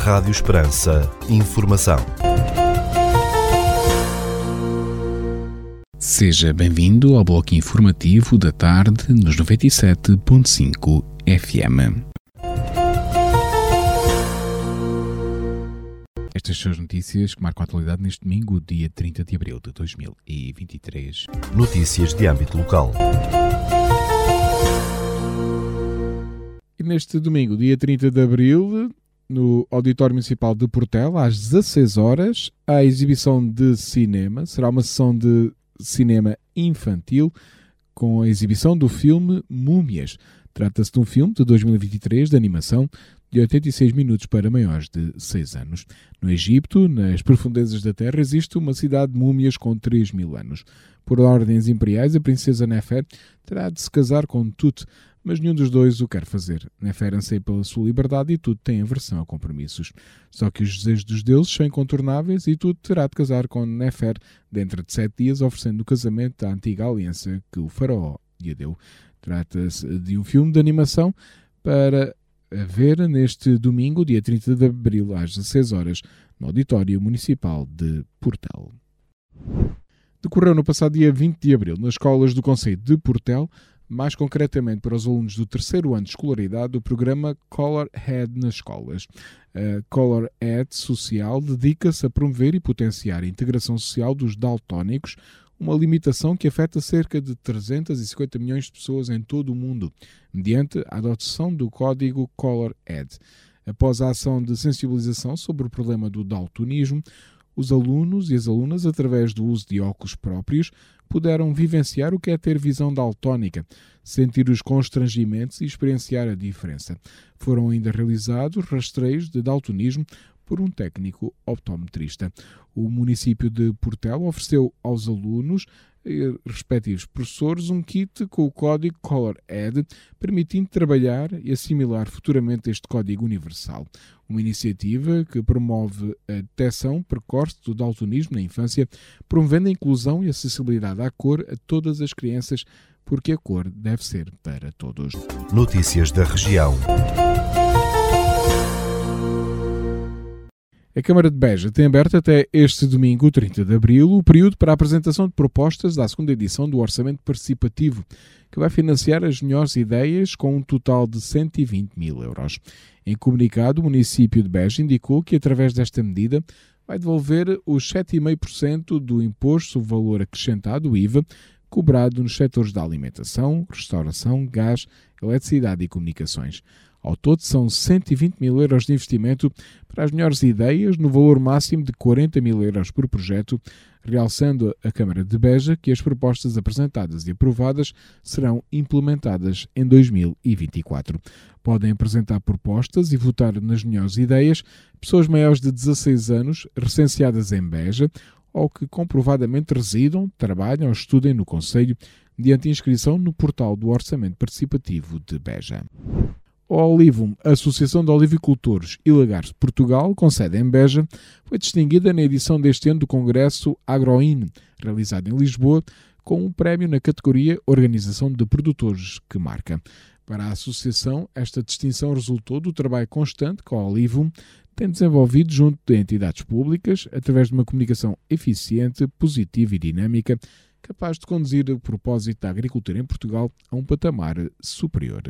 Rádio Esperança. Informação. Seja bem-vindo ao bloco informativo da tarde nos 97.5 FM. Estas são as notícias que marcam a atualidade neste domingo, dia 30 de abril de 2023. Notícias de âmbito local. E neste domingo, dia 30 de abril, no Auditório Municipal de Portela, às 16 horas, há a exibição de cinema. Será uma sessão de cinema infantil com a exibição do filme Múmias. Trata-se de um filme de 2023 de animação de 86 minutos para maiores de 6 anos. No Egito, nas profundezas da Terra, existe uma cidade de múmias com 3.000 anos. Por ordens imperiais, a princesa Nefer terá de se casar com Tut, mas nenhum dos dois o quer fazer. Nefer anseia pela sua liberdade e Tut tem aversão a compromissos. Só que os desejos dos deuses são incontornáveis e Tut terá de casar com Nefer dentro de 7 dias, oferecendo o casamento à antiga aliança que o faraó lhe deu. Trata-se de um filme de animação para ver neste domingo, dia 30 de abril, às 16 horas, no Auditório Municipal de Portel. Decorreu no passado dia 20 de abril, nas escolas do concelho de Portel, mais concretamente para os alunos do terceiro ano de escolaridade, o programa Color Ed nas escolas. A Color Ed Social dedica-se a promover e potenciar a integração social dos daltónicos, uma limitação que afeta cerca de 350 milhões de pessoas em todo o mundo, mediante a adoção do código Color Ed. Após a ação de sensibilização sobre o problema do daltonismo, os alunos e as alunas, através do uso de óculos próprios, puderam vivenciar o que é ter visão daltónica, sentir os constrangimentos e experienciar a diferença. Foram ainda realizados rastreios de daltonismo por um técnico optometrista. O município de Portela ofereceu aos alunos e respectivos professores um kit com o código Color Ed, permitindo trabalhar e assimilar futuramente este código universal. Uma iniciativa que promove a detecção precoce do daltonismo na infância, promovendo a inclusão e acessibilidade à cor a todas as crianças, porque a cor deve ser para todos. Notícias da região. A Câmara de Beja tem aberto até este domingo, 30 de abril, o período para a apresentação de propostas da segunda edição do Orçamento Participativo, que vai financiar as melhores ideias com um total de 120 mil euros. Em comunicado, o município de Beja indicou que, através desta medida, vai devolver os 7,5% do imposto sobre valor acrescentado, o IVA, cobrado nos setores da alimentação, restauração, gás, eletricidade e comunicações. Ao todo, são 120 mil euros de investimento para as melhores ideias, no valor máximo de 40 mil euros por projeto, realçando a Câmara de Beja que as propostas apresentadas e aprovadas serão implementadas em 2024. Podem apresentar propostas e votar nas melhores ideias pessoas maiores de 16 anos, recenseadas em Beja, ou que comprovadamente residam, trabalham ou estudem no concelho, mediante inscrição no portal do Orçamento Participativo de Beja. O Olivum, a Associação de Olivicultores e Lagares de Portugal, com sede em Beja, foi distinguida na edição deste ano do Congresso AgroIn, realizado em Lisboa, com um prémio na categoria Organização de Produtores que marca. Para a Associação, esta distinção resultou do trabalho constante que a Olivum tem desenvolvido junto de entidades públicas, através de uma comunicação eficiente, positiva e dinâmica, capaz de conduzir o propósito da agricultura em Portugal a um patamar superior.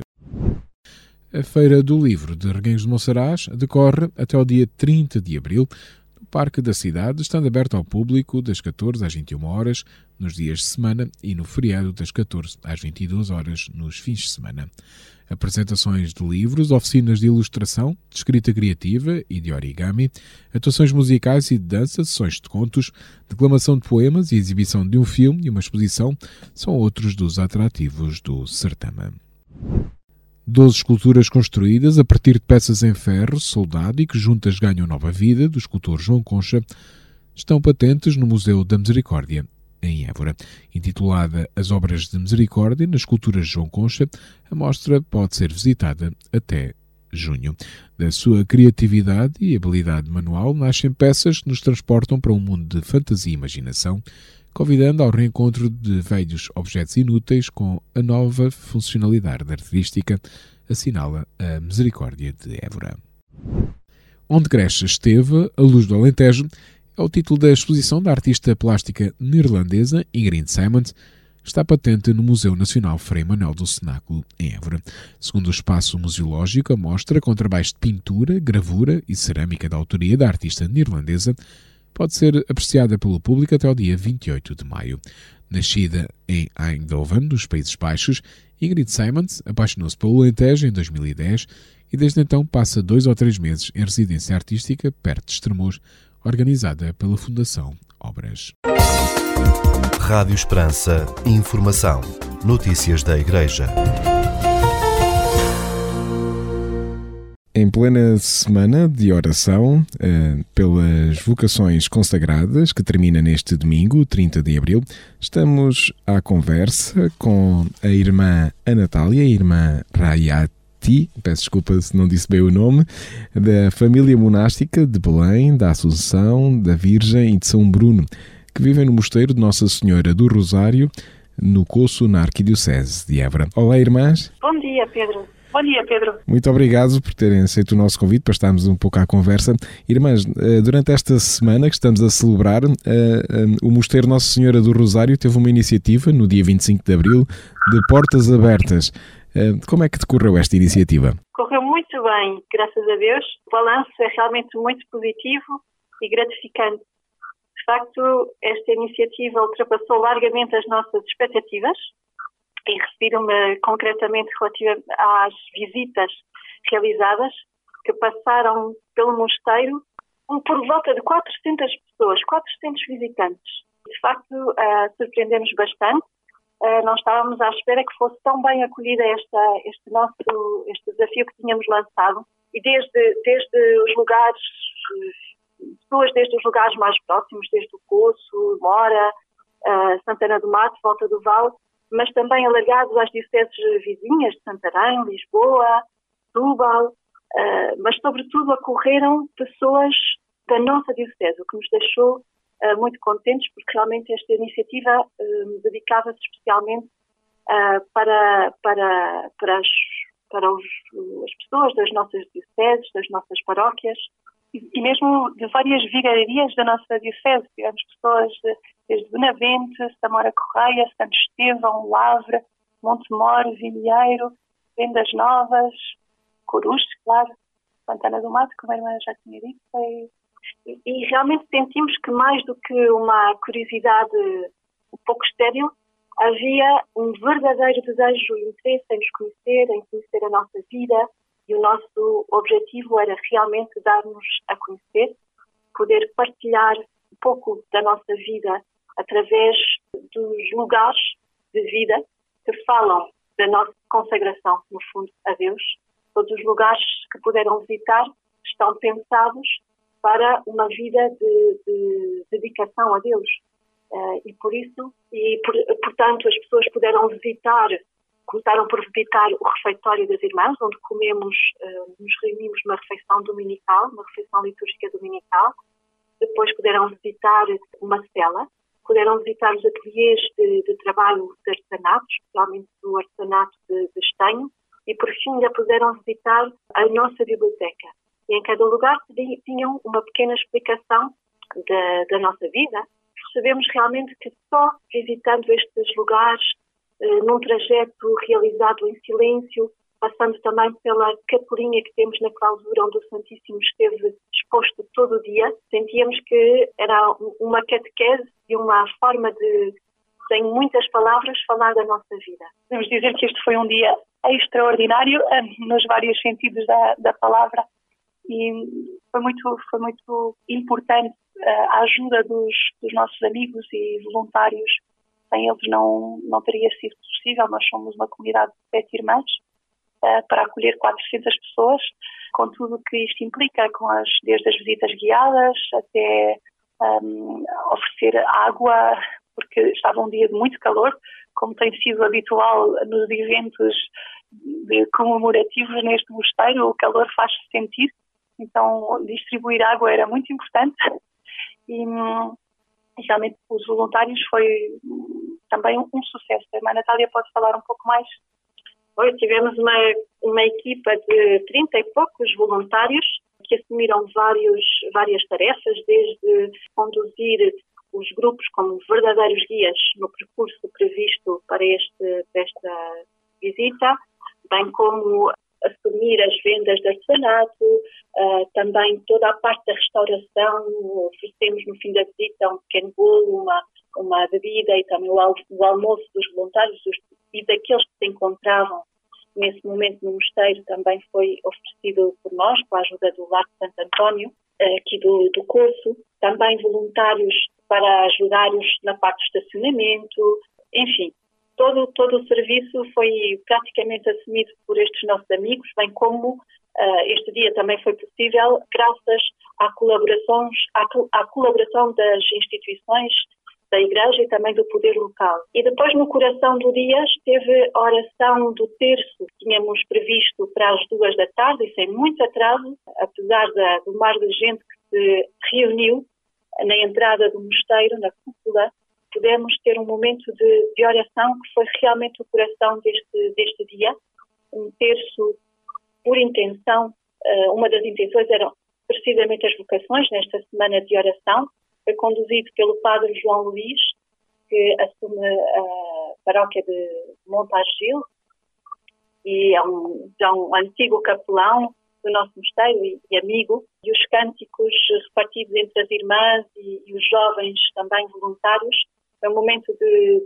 A Feira do Livro de Reguengos de Monsaraz decorre até ao dia 30 de abril no Parque da Cidade, estando aberto ao público das 14 às 21 horas nos dias de semana e no feriado das 14 às 22 horas nos fins de semana. Apresentações de livros, oficinas de ilustração, de escrita criativa e de origami, atuações musicais e de dança, sessões de contos, declamação de poemas e exibição de um filme e uma exposição são outros dos atrativos do certame. 12 esculturas construídas a partir de peças em ferro, soldado e que juntas ganham nova vida, do escultor João Concha, estão patentes no Museu da Misericórdia, em Évora. Intitulada As Obras de Misericórdia nas esculturas de João Concha, a mostra pode ser visitada até junho. Da sua criatividade e habilidade manual nascem peças que nos transportam para um mundo de fantasia e imaginação, convidando ao reencontro de velhos objetos inúteis com a nova funcionalidade artística, assinala a Misericórdia de Évora. Onde Grecha esteve, a luz do Alentejo, é o título da exposição da artista plástica neerlandesa Ingrid Simons, que está patente no Museu Nacional Frei Manuel do Cenáculo, em Évora. Segundo o espaço museológico, a mostra, com trabalhos de pintura, gravura e cerâmica da autoria da artista neerlandesa, pode ser apreciada pelo público até o dia 28 de maio. Nascida em Eindhoven, dos Países Baixos, Ingrid Simons apaixonou-se pelo Alentejo em 2010 e desde então passa 2 ou 3 meses em residência artística perto de Estremoz, organizada pela Fundação Obras. Rádio Esperança. Informação. Notícias da Igreja. Em plena semana de oração pelas vocações consagradas, que termina neste domingo, 30 de abril, estamos à conversa com a irmã Anatália, a irmã Rayati, peço desculpa se não disse bem o nome, da família monástica de Belém, da Assunção, da Virgem e de São Bruno, que vivem no mosteiro de Nossa Senhora do Rosário, no Coço, na Arquidiocese de Évora. Olá, irmãs. Bom dia, Pedro. Bom dia, Pedro. Muito obrigado por terem aceito o nosso convite para estarmos um pouco à conversa. Irmãs, durante esta semana que estamos a celebrar, o Mosteiro Nossa Senhora do Rosário teve uma iniciativa, no dia 25 de abril, de portas abertas. Como é que decorreu esta iniciativa? Correu muito bem, graças a Deus. O balanço é realmente muito positivo e gratificante. De facto, esta iniciativa ultrapassou largamente as nossas expectativas. E refiro-me concretamente relativamente às visitas realizadas, que passaram pelo mosteiro por volta de 400 pessoas, 400 visitantes. De facto, surpreendemos bastante. Não estávamos à espera que fosse tão bem acolhida este desafio que tínhamos lançado. E desde os lugares, pessoas desde os lugares mais próximos, desde o Coço, Mora, Santana do Mato, Volta do Vale, mas também alargados às dioceses vizinhas de Santarém, Lisboa, Setúbal, mas sobretudo acorreram pessoas da nossa diocese, o que nos deixou muito contentes, porque realmente esta iniciativa dedicava-se especialmente para as pessoas das nossas dioceses, das nossas paróquias, e mesmo de várias vigarias da nossa diocese. Tivemos pessoas desde Benavente, Samora Correia, Santo Estevão, Lavra, Montemor, Vilheiro, Vendas Novas, Coruche, claro, Santana do Mato, como a irmã já tinha dito. E realmente sentimos que mais do que uma curiosidade um pouco estéril, havia um verdadeiro desejo e interesse em nos conhecer, em conhecer a nossa vida, e o nosso objetivo era realmente dar-nos a conhecer, poder partilhar um pouco da nossa vida através dos lugares de vida que falam da nossa consagração, no fundo, a Deus. Todos os lugares que puderam visitar estão pensados para uma vida de dedicação a Deus. Portanto, as pessoas começaram por visitar o refeitório das irmãs, onde nos reunimos numa refeição dominical, uma refeição litúrgica dominical. Depois puderam visitar uma cela, puderam visitar os ateliês de trabalho de artesanato, especialmente do artesanato de estanho, e por fim ainda puderam visitar a nossa biblioteca. E em cada lugar tinham uma pequena explicação da nossa vida. Percebemos realmente que só visitando estes lugares, num trajeto realizado em silêncio, passando também pela capelinha que temos na clausura, onde o Santíssimo esteve exposto todo o dia, sentíamos que era uma catequese e uma forma de, sem muitas palavras, falar da nossa vida. Podemos dizer que este foi um dia extraordinário, nos vários sentidos da palavra, e foi muito importante a ajuda dos nossos amigos e voluntários. Sem eles não teria sido possível. Nós somos uma comunidade de 7 irmãs para acolher 400 pessoas, com tudo o que isto implica, desde as visitas guiadas até oferecer água, porque estava um dia de muito calor, como tem sido habitual nos eventos comemorativos neste mosteiro. O calor faz-se sentir, então distribuir água era muito importante. E realmente os voluntários foi também um sucesso. A irmã Natália pode falar um pouco mais? Hoje tivemos uma equipa de 30 e poucos voluntários que assumiram várias tarefas, desde conduzir os grupos como verdadeiros guias no percurso previsto para esta visita, bem como assumir as vendas de artesanato, também toda a parte da restauração. Oferecemos no fim da visita um pequeno bolo, uma bebida e também o almoço dos voluntários e daqueles que se encontravam nesse momento no mosteiro também foi oferecido por nós, com a ajuda do Lar de Santo António, aqui do curso. Também voluntários para ajudar-os na parte do estacionamento, enfim. Todo o serviço foi praticamente assumido por estes nossos amigos, bem como este dia também foi possível graças à colaboração das instituições da Igreja e também do poder local. E depois, no coração do dia, esteve a oração do terço que tínhamos previsto para as 2 da tarde, e sem muito atraso, apesar do mar de gente que se reuniu na entrada do mosteiro, na cúpula, pudemos ter um momento de oração que foi realmente o coração deste dia. Um terço por intenção. Uma das intenções eram precisamente as vocações nesta semana de oração. Foi conduzido pelo Padre João Luís, que assume a paróquia de Montargil e é um antigo capelão do nosso mosteiro e amigo. E os cânticos repartidos entre as irmãs e os jovens também voluntários. Foi um momento de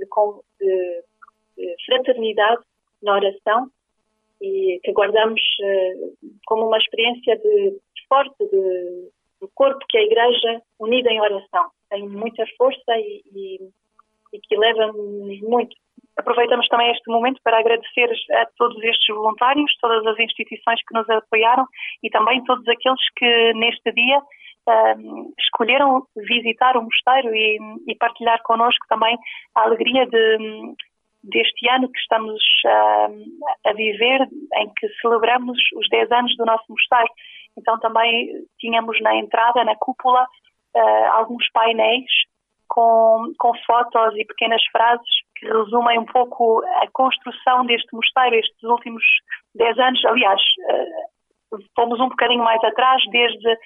fraternidade na oração e que guardamos como uma experiência forte do corpo que a Igreja unida em oração. Tem muita força e que leva-nos muito. Aproveitamos também este momento para agradecer a todos estes voluntários, todas as instituições que nos apoiaram e também todos aqueles que neste dia escolheram visitar o mosteiro e partilhar connosco também a alegria deste ano que estamos a viver, em que celebramos os 10 anos do nosso mosteiro. Então também tínhamos na entrada, na cúpula, alguns painéis com fotos e pequenas frases que resumem um pouco a construção deste mosteiro estes últimos 10 anos. Aliás, fomos um bocadinho mais atrás, desde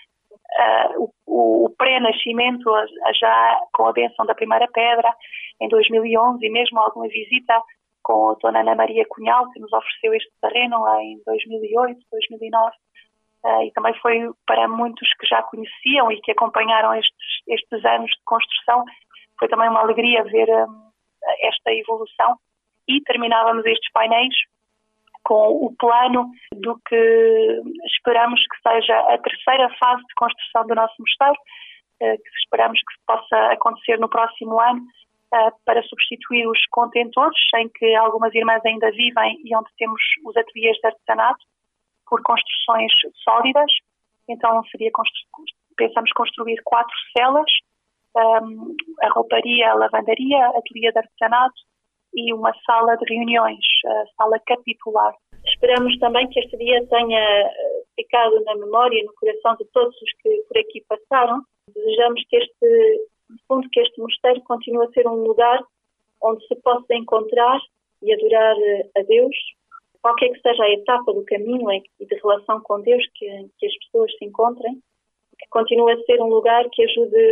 o pré-nascimento, já com a bênção da primeira pedra, em 2011, e mesmo alguma visita com a Dona Ana Maria Cunhal, que nos ofereceu este terreno lá em 2008, 2009. E também foi para muitos que já conheciam e que acompanharam estes anos de construção, foi também uma alegria ver esta evolução. E terminávamos estes painéis com o plano do que esperamos que seja a terceira fase de construção do nosso mosteiro, que esperamos que possa acontecer no próximo ano, para substituir os contentores em que algumas irmãs ainda vivem e onde temos os ateliês de artesanato, por construções sólidas. Então pensamos construir 4 celas, a rouparia, a lavandaria, ateliê de artesanato e uma sala de reuniões, a sala capitular. Esperamos também que este dia tenha ficado na memória e no coração de todos os que por aqui passaram. Desejamos que este mosteiro continue a ser um lugar onde se possa encontrar e adorar a Deus, qualquer que seja a etapa do caminho e de relação com Deus que as pessoas se encontrem, que continue a ser um lugar que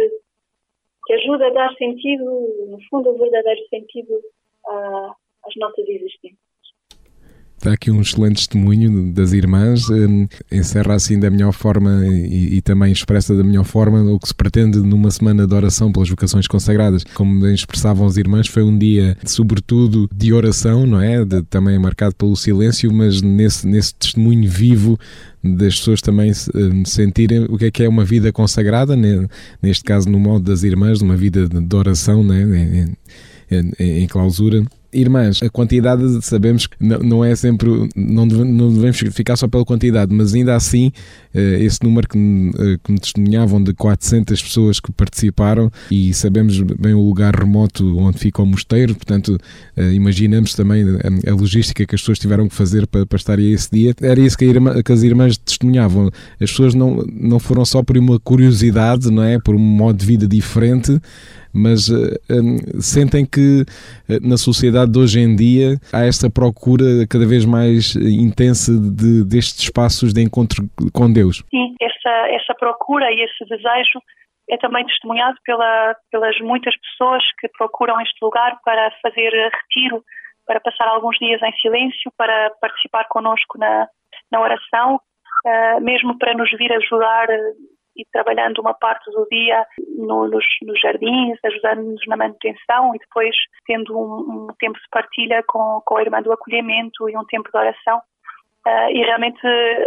ajude a dar sentido, no fundo, o verdadeiro sentido às nossas existências. Está aqui um excelente testemunho das irmãs, encerra assim da melhor forma e também expressa da melhor forma o que se pretende numa semana de oração pelas vocações consagradas. Como bem expressavam as irmãs, foi um dia sobretudo de oração, não é? Também marcado pelo silêncio, mas nesse testemunho vivo das pessoas também sentirem o que é uma vida consagrada, neste caso no modo das irmãs, uma vida de oração, não é? Em clausura. Irmãs, a quantidade sabemos que não é sempre, não devemos ficar só pela quantidade, mas ainda assim esse número que me testemunhavam de 400 pessoas que participaram, e sabemos bem o lugar remoto onde fica o mosteiro, portanto imaginamos também a logística que as pessoas tiveram que fazer para estar aí esse dia. Era isso que as irmãs testemunhavam. As pessoas não foram só por uma curiosidade, não é? Por um modo de vida diferente, mas sentem que na sociedade sociedade de hoje em dia há esta procura cada vez mais intensa destes espaços de encontro com Deus. Sim, essa procura e esse desejo é também testemunhado pelas muitas pessoas que procuram este lugar para fazer retiro, para passar alguns dias em silêncio, para participar connosco na oração, mesmo para nos vir ajudar e trabalhando uma parte do dia nos jardins, ajudando-nos na manutenção e depois tendo um tempo de partilha com a irmã do acolhimento e um tempo de oração. E realmente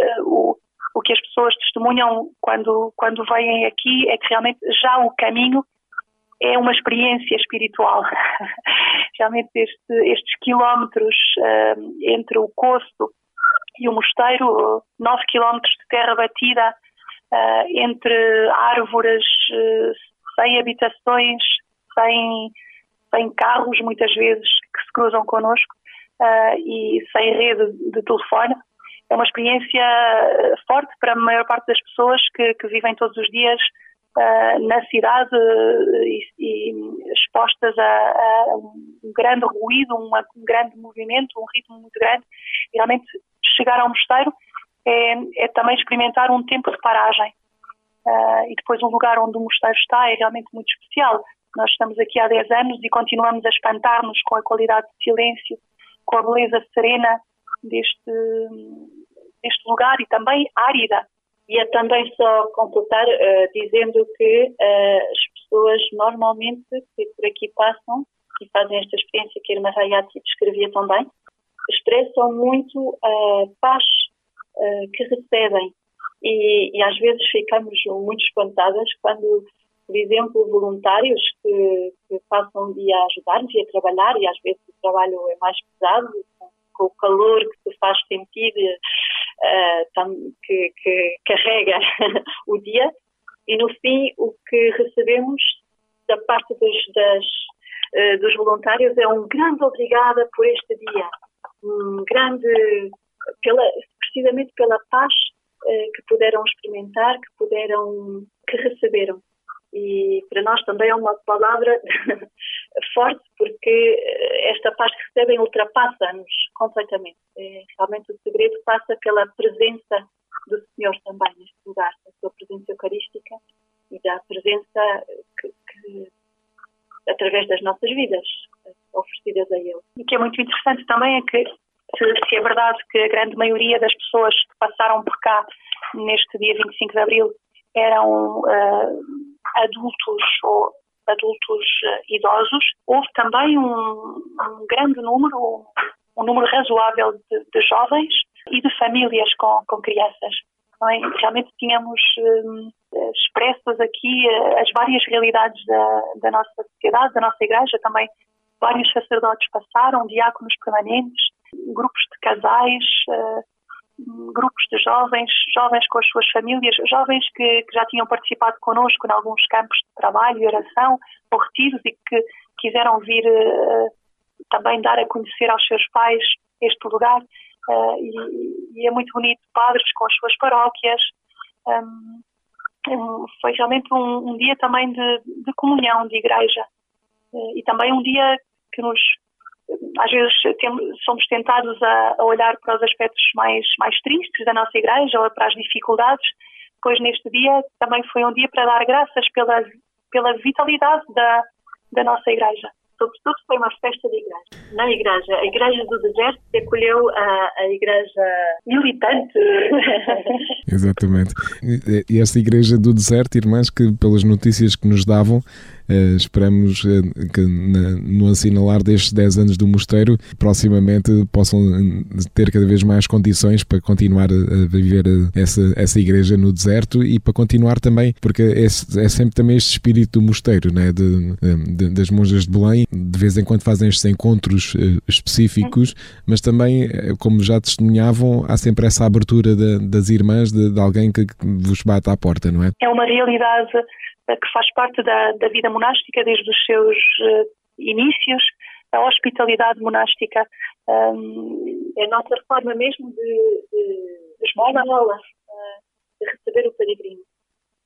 o que as pessoas testemunham quando vêm aqui é que realmente já o caminho é uma experiência espiritual. Realmente estes quilómetros entre o Costo e o mosteiro, 9 quilómetros de terra batida, entre árvores, sem habitações, sem carros muitas vezes que se cruzam connosco e sem rede de telefone. É uma experiência forte para a maior parte das pessoas que vivem todos os dias na cidade e expostas a um grande ruído, um grande movimento, um ritmo muito grande. E realmente chegar ao mosteiro é também experimentar um tempo de paragem. E depois o lugar onde o mosteiro está é realmente muito especial. Nós estamos aqui há 10 anos e continuamos a espantar-nos com a qualidade de silêncio, com a beleza serena deste lugar e também árida. E é também só completar dizendo que as pessoas normalmente que por aqui passam e fazem esta experiência que a irmã Hayati descrevia também, expressam muito a paz que recebem e às vezes ficamos muito espantadas quando, por exemplo, voluntários que passam o dia a ajudar-nos e a trabalhar, e às vezes o trabalho é mais pesado, com o calor que se faz sentir, que carrega o dia, e no fim o que recebemos da parte dos voluntários é um grande obrigada por este dia, um grande, precisamente pela paz que puderam experimentar, que receberam. E para nós também é uma palavra forte, porque esta paz que recebem ultrapassa-nos completamente. Realmente o segredo passa pela presença do Senhor também neste lugar, a sua presença eucarística e da presença que através das nossas vidas oferecidas a Ele. O que é muito interessante também é que se é verdade que a grande maioria das pessoas que passaram por cá neste dia 25 de Abril eram adultos ou adultos idosos, houve também um grande número, um número razoável de jovens e de famílias com crianças. Realmente tínhamos expressas aqui as várias realidades da nossa sociedade, da nossa igreja. Também vários sacerdotes passaram, diáconos permanentes, grupos de casais, grupos de jovens com as suas famílias, jovens que já tinham participado connosco em alguns campos de trabalho e oração ou retiros e que quiseram vir também dar a conhecer aos seus pais este lugar. E é muito bonito, padres com as suas paróquias. Foi realmente um dia também de comunhão, de igreja. E também um dia que às vezes somos tentados a olhar para os aspectos mais tristes da nossa igreja ou para as dificuldades, pois neste dia também foi um dia para dar graças pela vitalidade da nossa igreja. Sobretudo foi uma festa de igreja. Na igreja, a igreja do deserto que acolheu a igreja militante. Exatamente. E esta igreja do deserto, irmãs, que pelas notícias que nos davam, esperamos que no assinalar destes 10 anos do mosteiro, proximamente possam ter cada vez mais condições para continuar a viver essa igreja no deserto e para continuar também, porque é sempre também este espírito do mosteiro, né? Das monjas de Belém, de vez em quando fazem estes encontros específicos, mas também, como já testemunhavam, há sempre essa abertura das irmãs, de alguém que vos bate à porta, não é? É uma realidade que faz parte da vida monástica desde os seus inícios, a hospitalidade monástica. É a nossa forma mesmo de esmola, de receber o peregrino.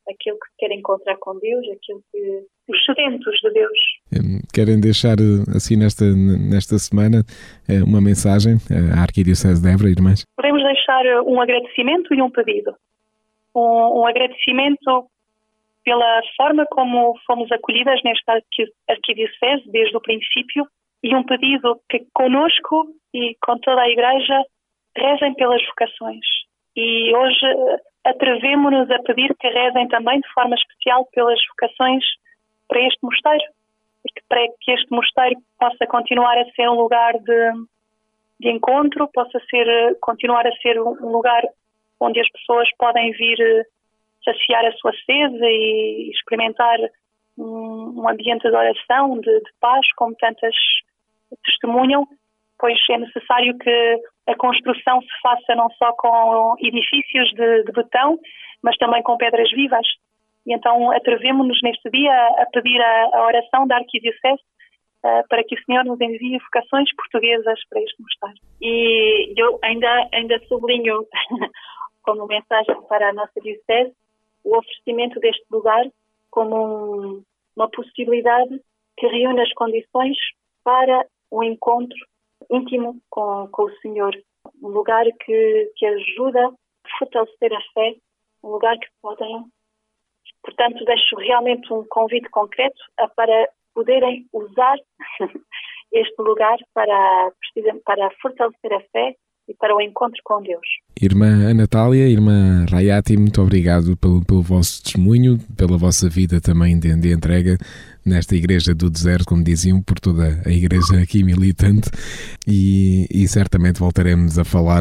aquele que quer encontrar com Deus, os sedentos de Deus. Querem deixar assim nesta semana uma mensagem à Arquidiocese de Évora, irmãs? Podemos deixar um agradecimento e um pedido. Um agradecimento pela forma como fomos acolhidas nesta Arquidiocese desde o princípio, e um pedido que conosco e com toda a Igreja rezem pelas vocações. E hoje atrevemos-nos a pedir que rezem também de forma especial pelas vocações para este mosteiro, porque para que este mosteiro possa continuar a ser um lugar de encontro, continuar a ser um lugar onde as pessoas podem vir saciar a sua sede e experimentar um ambiente de oração, de paz, como tantas testemunham, pois é necessário que a construção se faça não só com edifícios de betão, mas também com pedras vivas. E então atrevemos-nos neste dia a pedir a oração da Arquidiocese para que o Senhor nos envie vocações portuguesas para este mosteiro. E eu ainda sublinho como mensagem para a nossa Diocese o oferecimento deste lugar como uma possibilidade que reúne as condições para um encontro íntimo com o Senhor. Um lugar que ajuda a fortalecer a fé, um lugar que podem... Portanto, deixo realmente um convite concreto para poderem usar este lugar para fortalecer a fé e para o encontro com Deus. Irmã Natália, irmã Rayati, muito obrigado pelo vosso testemunho, pela vossa vida também de entrega nesta Igreja do Deserto, como diziam, por toda a Igreja aqui militante, e certamente voltaremos a falar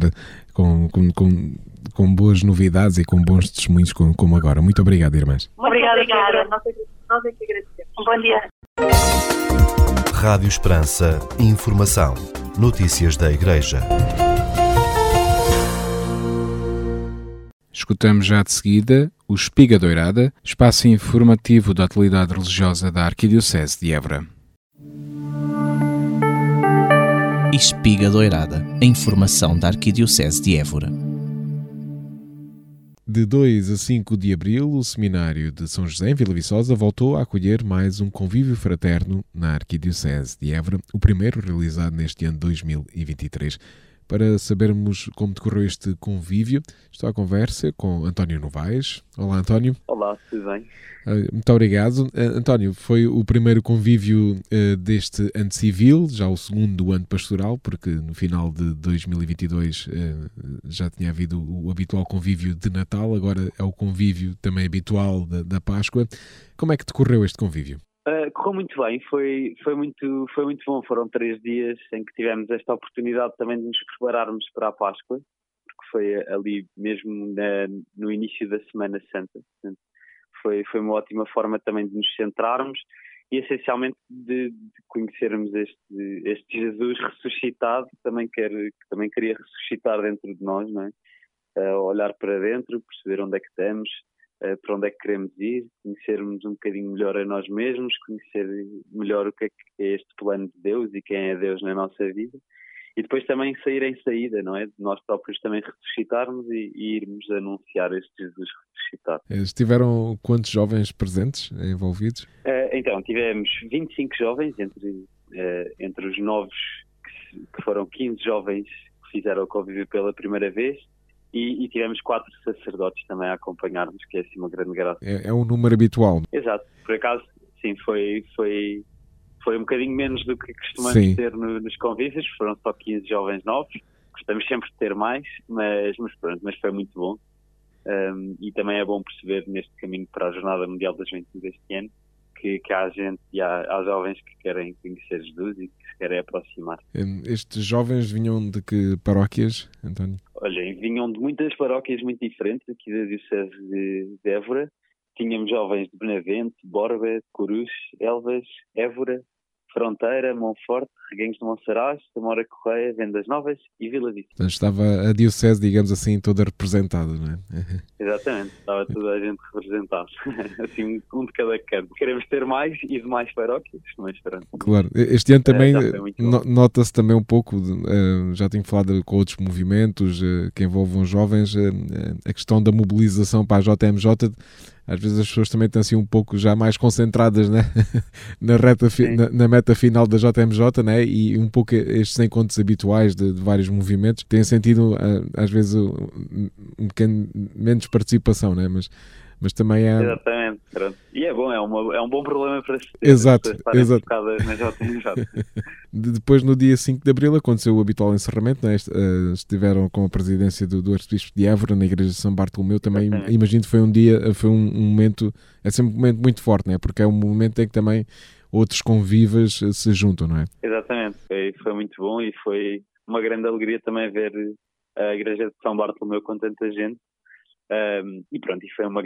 com boas novidades e com bons testemunhos como agora. Muito obrigado, irmãs. Obrigada. Nós é que agradecemos. Um bom dia. Rádio Esperança. Informação. Notícias da Igreja. Escutamos já de seguida o Espiga Doirada, espaço informativo da atualidade religiosa da Arquidiocese de Évora. Espiga Doirada, a informação da Arquidiocese de Évora. De 2 a 5 de abril, o Seminário de São José, em Vila Viçosa, voltou a acolher mais um convívio fraterno na Arquidiocese de Évora, o primeiro realizado neste ano 2023. Para sabermos como decorreu este convívio, estou à conversa com António Novaes. Olá, António. Olá, tudo bem? Muito obrigado. António, foi o primeiro convívio deste ano civil, já o segundo do ano pastoral, porque no final de 2022 já tinha havido o habitual convívio de Natal, agora é o convívio também habitual da Páscoa. Como é que decorreu este convívio? Correu muito bem, foi muito bom. Foram 3 dias em que tivemos esta oportunidade também de nos prepararmos para a Páscoa, porque foi ali mesmo no início da Semana Santa. Portanto, foi uma ótima forma também de nos centrarmos e essencialmente de conhecermos este Jesus ressuscitado, que também queria ressuscitar dentro de nós, não é? Olhar para dentro, perceber onde é que estamos, para onde é que queremos ir, conhecermos um bocadinho melhor a nós mesmos, conhecer melhor o que é este plano de Deus e quem é Deus na nossa vida, e depois também sair em saída, não é? De nós próprios também ressuscitarmos e irmos anunciar este Jesus ressuscitado. Estiveram quantos jovens presentes, envolvidos? Então, tivemos 25 jovens, entre os novos, que foram 15 jovens que fizeram o convívio pela primeira vez, e tivemos 4 sacerdotes também a acompanhar-nos, que é assim uma grande graça. É um número habitual. Exato. Por acaso, sim, foi um bocadinho menos do que costumamos ter nos convívios. Foram só 15 jovens novos. Gostamos sempre de ter mais, mas foi muito bom. E também é bom perceber neste caminho para a Jornada Mundial da Juventude deste ano que há gente e há jovens que querem conhecer Jesus e que se querem aproximar. Estes jovens vinham de que paróquias, António? Olhem, vinham de muitas paróquias muito diferentes aqui da Diocese de Évora. Tínhamos jovens de Benavente, Borba, Corus, Elvas, Évora, Fronteira, Monforte, Reguengos de Monsaraz, Zamora Correia, Vendas Novas e Vila Vista. Então estava a Diocese, digamos assim, toda representada, não é? Exatamente, estava toda a gente representada. Assim, um de cada canto. Queremos ter mais e de mais paróquias, mas pronto. Claro, este ano também nota-se também um pouco, já tenho falado com outros movimentos que envolvam jovens, a questão da mobilização para a JMJ às vezes as pessoas também estão assim um pouco já mais concentradas, né? na meta final da JMJ, né? E um pouco estes encontros habituais de vários movimentos têm sentido às vezes um bocadinho menos participação, né? Mas também é... Exatamente, pronto. E é bom, é um bom problema para se ter. Exato. Na JMJ. Depois, no dia 5 de Abril, aconteceu o habitual encerramento, né? Estiveram com a presidência do Arcebispo de Évora, na Igreja de São Bartolomeu. Também imagino que foi um momento, é sempre um momento muito forte, né? Porque é um momento em que também outros convivas se juntam, não é? Exatamente, foi muito bom e foi uma grande alegria também ver a Igreja de São Bartolomeu com tanta gente. E pronto, e foi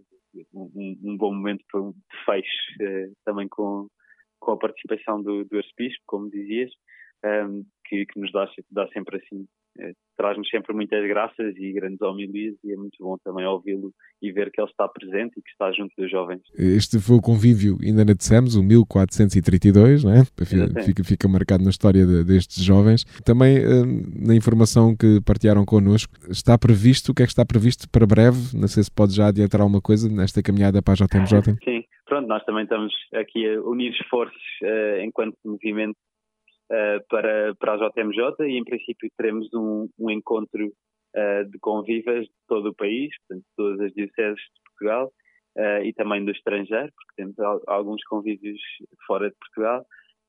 um bom momento de fecho, também com a participação do Arcebispo, como dizias, que nos dá sempre assim, traz-nos sempre muitas graças e grandes homilias, e é muito bom também ouvi-lo e ver que ele está presente e que está junto dos jovens. Este foi o convívio, ainda não dissemos, o 1432, não é? Fica marcado na história destes jovens. Também na informação que partilharam connosco, o que é que está previsto para breve? Não sei se pode já adiantar alguma coisa nesta caminhada para a JMJ. Sim, pronto, nós também estamos aqui a unir esforços enquanto movimento para a JMJ, e em princípio teremos um encontro de convivas de todo o país, portanto todas as dioceses de Portugal e também do estrangeiro, porque temos alguns convívios fora de Portugal,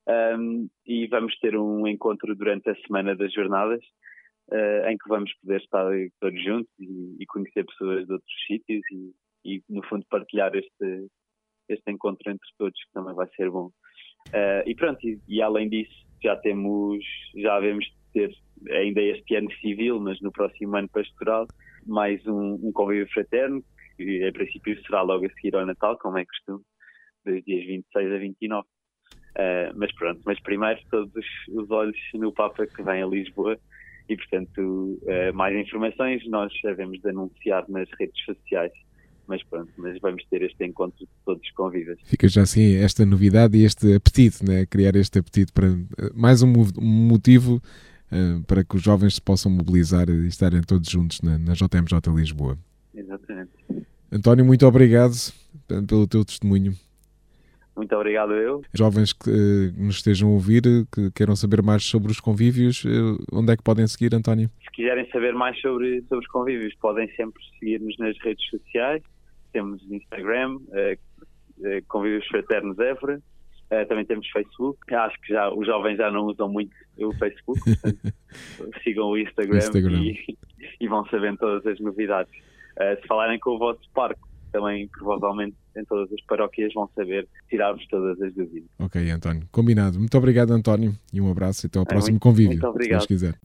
e vamos ter um encontro durante a semana das jornadas, em que vamos poder estar todos juntos e conhecer pessoas de outros sítios e no fundo partilhar este encontro entre todos, que também vai ser bom. E pronto, e além disso já devemos ter ainda este ano civil, mas no próximo ano pastoral, mais um convívio fraterno, que a princípio será logo a seguir ao Natal, como é costume, dos dias 26 a 29. Mas primeiro todos os olhos no Papa que vem a Lisboa, e portanto mais informações nós devemos de anunciar nas redes sociais. Mas vamos ter este encontro de todos os convivas. Fica já assim esta novidade e este apetite, né? Criar este apetite para mais um motivo para que os jovens se possam mobilizar e estarem todos juntos na JMJ Lisboa. Exatamente. António, muito obrigado pelo teu testemunho. Muito obrigado eu. Jovens que nos estejam a ouvir, que queiram saber mais sobre os convívios, onde é que podem seguir, António? Se quiserem saber mais sobre os convívios, podem sempre seguir-nos nas redes sociais. Temos Instagram, Convívios Fraternos Évora. Também temos Facebook. Acho que os jovens já não usam muito o Facebook, portanto, sigam o Instagram. E vão sabendo todas as novidades. Se falarem com o vosso parco, também provavelmente em todas as paróquias vão saber tirar-vos todas as dúvidas. Ok, António. Combinado. Muito obrigado, António, e um abraço e até ao próximo convívio. Muito obrigado. Se Deus quiser.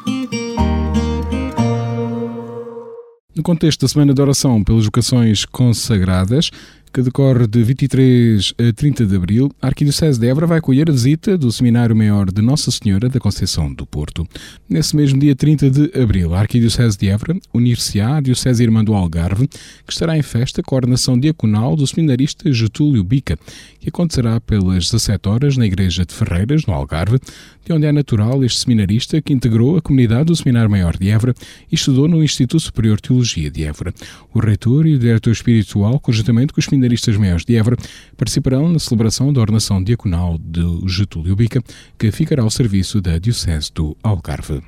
No contexto da Semana de Oração pelas Vocações Consagradas, que decorre de 23 a 30 de abril, a Arquidiocese de Évora vai acolher a visita do Seminário Maior de Nossa Senhora da Conceição do Porto. Nesse mesmo dia 30 de abril, a Arquidiocese de Évora unir-se-á à Diocese Irmã do Algarve, que estará em festa com a ordenação diaconal do seminarista Getúlio Bica, que acontecerá pelas 17 horas na Igreja de Ferreiras, no Algarve, de onde é natural este seminarista que integrou a comunidade do Seminário Maior de Évora e estudou no Instituto Superior de Teologia de Évora. O reitor e o diretor espiritual, conjuntamente com os seminaristas maiores de Évora, participarão na celebração da ordenação diaconal de Getúlio Bica, que ficará ao serviço da Diocese do Algarve.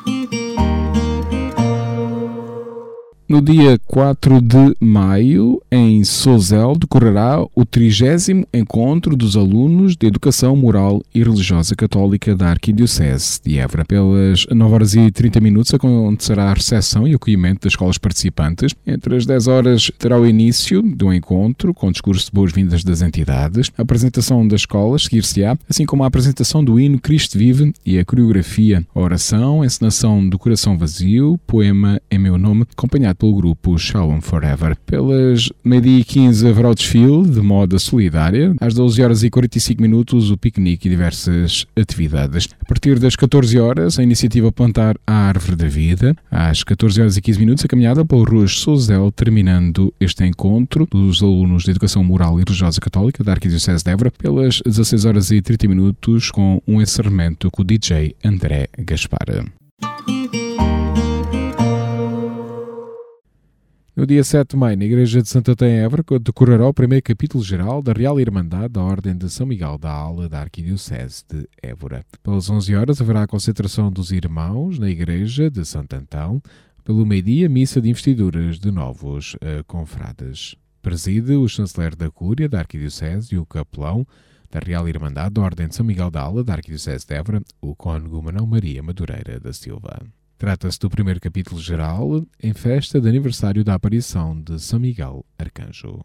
No dia 4 de maio, em Sozel, decorrerá o 30º Encontro dos Alunos de Educação Moral e Religiosa Católica da Arquidiocese de Évora. Pelas 9h30 acontecerá a recepção e acolhimento das escolas participantes. Entre as 10 horas terá o início do encontro, com discurso de boas-vindas das entidades, a apresentação das escolas seguir-se-á, assim como a apresentação do hino Cristo Vive e a coreografia, a oração, a encenação do Coração Vazio, poema Em Meu Nome, acompanhado pelo grupo Shalom Forever. Pelas 12h15 haverá o desfile de moda solidária. Às 12h45 o piquenique e diversas atividades. A partir das 14 horas, a iniciativa Plantar a Árvore da Vida. Às 14h15 a caminhada pela Rua Sozel, terminando este encontro dos alunos de Educação Moral e Religiosa Católica da Arquidiocese de Évora. Pelas 16h30 com um encerramento com o DJ André Gaspar. No dia 7 de maio, na Igreja de Santo Antão em Évora, decorrerá o primeiro capítulo geral da Real Irmandade da Ordem de São Miguel da Ala da Arquidiocese de Évora. Pelas 11 horas haverá a concentração dos irmãos na Igreja de Santo Antão. Pelo meio-dia, missa de investiduras de novos confrades. Preside o chanceler da Cúria da Arquidiocese e o capelão da Real Irmandade da Ordem de São Miguel da Ala da Arquidiocese de Évora, o cônego Manuel Maria Madureira da Silva. Trata-se do primeiro capítulo geral em festa de aniversário da aparição de São Miguel Arcanjo.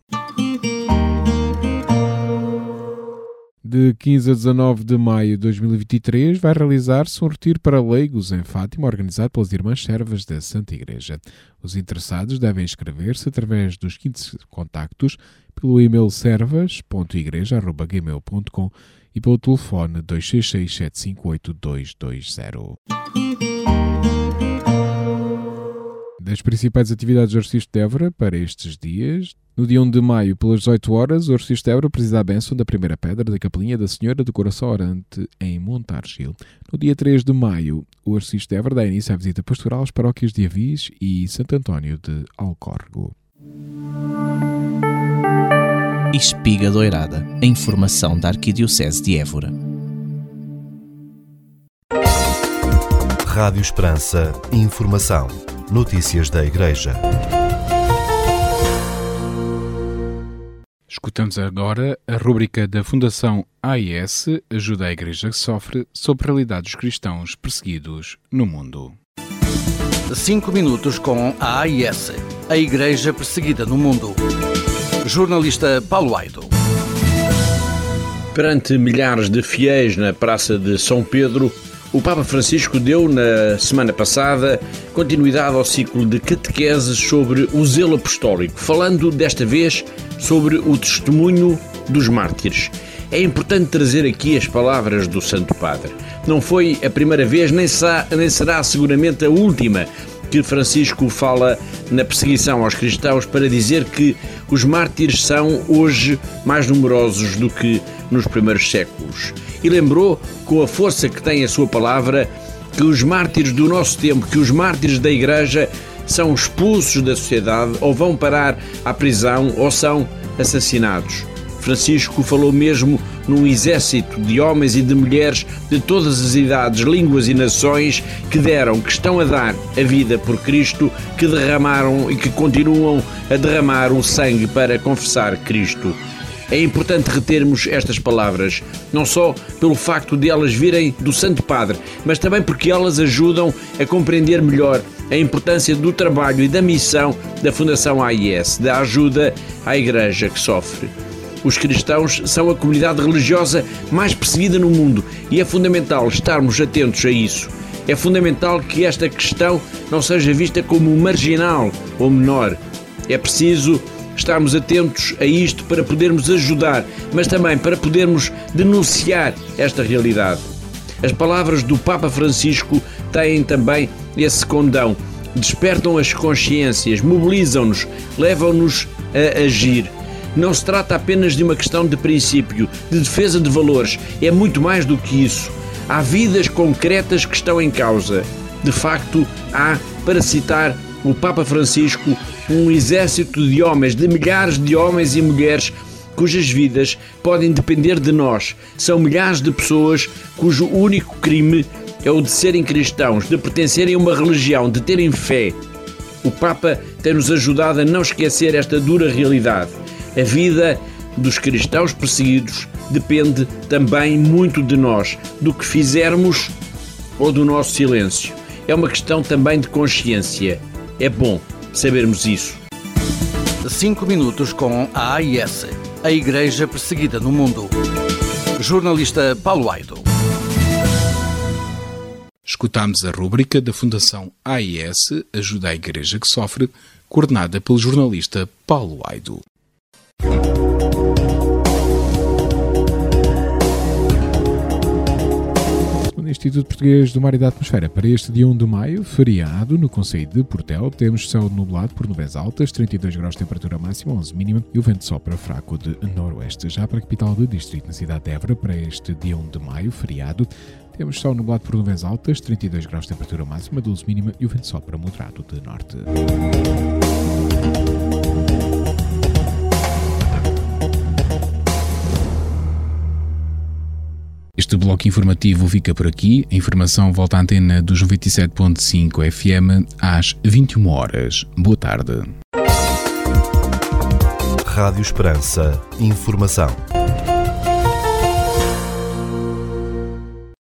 De 15 a 19 de maio de 2023 vai realizar-se um retiro para leigos em Fátima, organizado pelas Irmãs Servas da Santa Igreja. Os interessados devem inscrever-se através dos seguintes contactos pelo e-mail servas.igreja@gmail.com e pelo telefone 266 758 220. Das principais atividades do Arcebispo de Évora para estes dias: no dia 1 de maio, pelas 18 horas, o Arcebispo de Évora presida a bênção da primeira pedra da Capelinha da Senhora do Coração Orante em Montargil. No dia 3 de maio, o Arcebispo de Évora dá início à visita pastoral às paróquias de Avis e Santo António de Alcórrego. Espiga Doirada, a informação da Arquidiocese de Évora. Rádio Esperança, informação. Notícias da Igreja. Escutamos agora a rúbrica da Fundação AIS, Ajuda a Igreja que Sofre, sobre a realidade dos cristãos perseguidos no mundo. 5 minutos com a AIS, a Igreja Perseguida no Mundo. Jornalista Paulo Aido. Perante milhares de fiéis na Praça de São Pedro, o Papa Francisco deu, na semana passada, continuidade ao ciclo de catequeses sobre o zelo apostólico, falando desta vez sobre o testemunho dos mártires. É importante trazer aqui as palavras do Santo Padre. Não foi a primeira vez, nem será seguramente a última, que Francisco fala na perseguição aos cristãos para dizer que os mártires são hoje mais numerosos do que nos primeiros séculos. E lembrou, com a força que tem a sua palavra, que os mártires do nosso tempo, que os mártires da Igreja são expulsos da sociedade ou vão parar à prisão ou são assassinados. Francisco falou mesmo num exército de homens e de mulheres de todas as idades, línguas e nações que estão a dar a vida por Cristo, que derramaram e que continuam a derramar o sangue para confessar Cristo. É importante retermos estas palavras, não só pelo facto de elas virem do Santo Padre, mas também porque elas ajudam a compreender melhor a importância do trabalho e da missão da Fundação AIS, da ajuda à Igreja que sofre. Os cristãos são a comunidade religiosa mais perseguida no mundo e é fundamental estarmos atentos a isso. É fundamental que esta questão não seja vista como marginal ou menor. É preciso estarmos atentos a isto para podermos ajudar, mas também para podermos denunciar esta realidade. As palavras do Papa Francisco têm também esse condão. Despertam as consciências, mobilizam-nos, levam-nos a agir. Não se trata apenas de uma questão de princípio, de defesa de valores. É muito mais do que isso. Há vidas concretas que estão em causa. De facto, há, para citar o Papa Francisco, um exército de homens, de milhares de homens e mulheres cujas vidas podem depender de nós. São milhares de pessoas cujo único crime é o de serem cristãos, de pertencerem a uma religião, de terem fé. O Papa tem-nos ajudado a não esquecer esta dura realidade. A vida dos cristãos perseguidos depende também muito de nós, do que fizermos ou do nosso silêncio. É uma questão também de consciência. É bom sabermos isso. 5 minutos com a AIS, a Igreja Perseguida no Mundo. Jornalista Paulo Aido. Escutámos a rúbrica da Fundação AIS, Ajuda à Igreja que Sofre, coordenada pelo jornalista Paulo Aido. O Instituto Português do Mar e da Atmosfera, para este dia 1 de maio, feriado, no concelho de Portel, temos céu nublado por nuvens altas, 32 graus de temperatura máxima, 11 mínima, e o vento sopra fraco de noroeste. Já para a capital do distrito, na cidade de Évora, para este dia 1 de maio, feriado, temos céu nublado por nuvens altas, 32 graus de temperatura máxima, 12 mínima, e o vento sopra moderado de norte. Este bloco informativo fica por aqui. A informação volta à antena dos 97.5 FM às 21 horas. Boa tarde. Rádio Esperança. Informação.